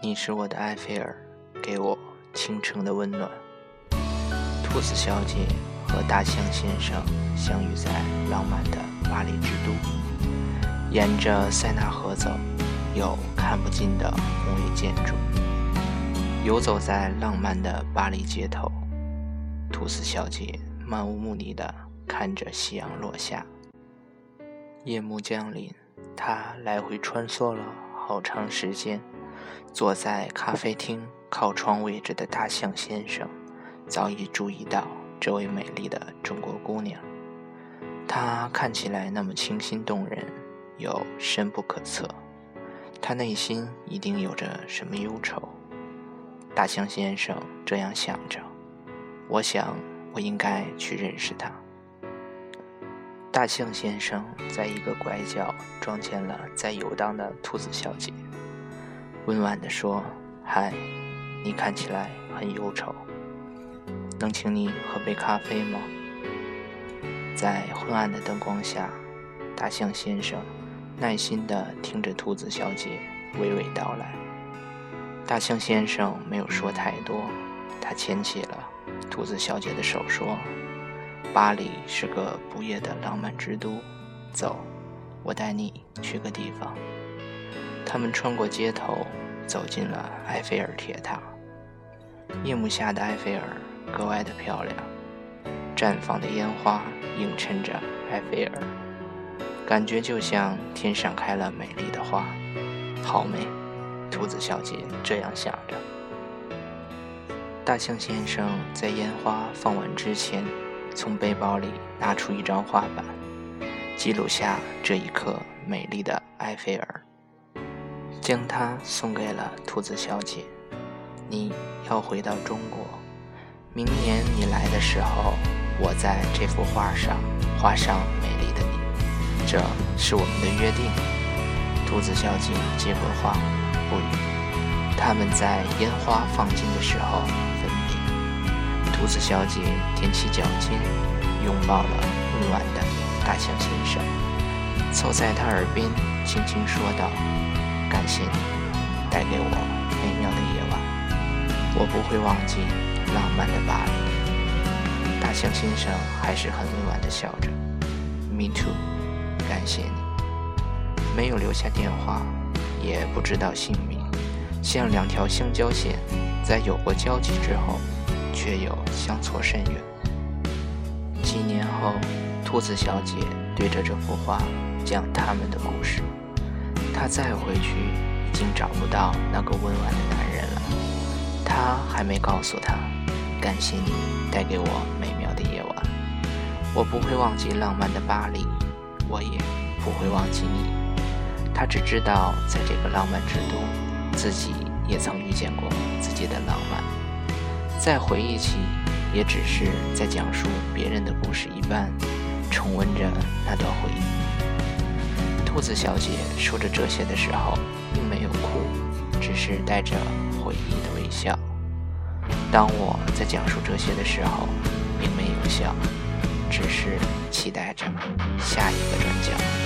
你是我的埃菲尔，给我倾城的温暖。兔子小姐和大象先生相遇在浪漫的巴黎之都，沿着塞纳河走，有看不尽的宏伟建筑。游走在浪漫的巴黎街头，兔子小姐漫无目的地看着夕阳落下。夜幕降临，她来回穿梭了好长时间。坐在咖啡厅靠窗位置的大象先生早已注意到这位美丽的中国姑娘，她看起来那么清新动人，又深不可测，她内心一定有着什么忧愁。大象先生这样想着，我想我应该去认识她。大象先生在一个拐角撞见了在游荡的兔子小姐，温婉地说：嗨，你看起来很忧愁，能请你喝杯咖啡吗？在昏暗的灯光下，大象先生耐心地听着兔子小姐娓娓道来。大象先生没有说太多，他牵起了兔子小姐的手说：巴黎是个不夜的浪漫之都，走，我带你去个地方。他们穿过街头，走进了埃菲尔铁塔。夜幕下的埃菲尔格外的漂亮，绽放的烟花映衬着埃菲尔，感觉就像天上开了美丽的花，好美。兔子小姐这样想着。大象先生在烟花放完之前，从背包里拿出一张画板，记录下这一刻美丽的埃菲尔，将它送给了兔子小姐。你要回到中国，明年你来的时候，我在这幅画上画上美丽的你，这是我们的约定。兔子小姐接过画，不语。他们在烟花放尽的时候分别。兔子小姐踮起脚尖，拥抱了温婉的大象先生，凑在他耳边轻轻说道：感谢你带给我美妙的夜晚，我不会忘记浪漫的巴黎。大象先生还是很温婉地笑着。 Me too， 感谢你。没有留下电话，也不知道姓名，像两条相交线，在有过交集之后却又相错甚远。几年后，兔子小姐对着这幅画讲他们的故事。她再回去已经找不到那个温婉的男人了。她还没告诉他，感谢你带给我美妙的夜晚，我不会忘记浪漫的巴黎，我也不会忘记你。她只知道在这个浪漫之都，自己也曾遇见过自己的浪漫，再回忆起也只是在讲述别人的故事一般，重温着那段回忆。兔子小姐说着这些的时候并没有哭，只是带着回忆的微笑。当我在讲述这些的时候并没有笑，只是期待着下一个转角。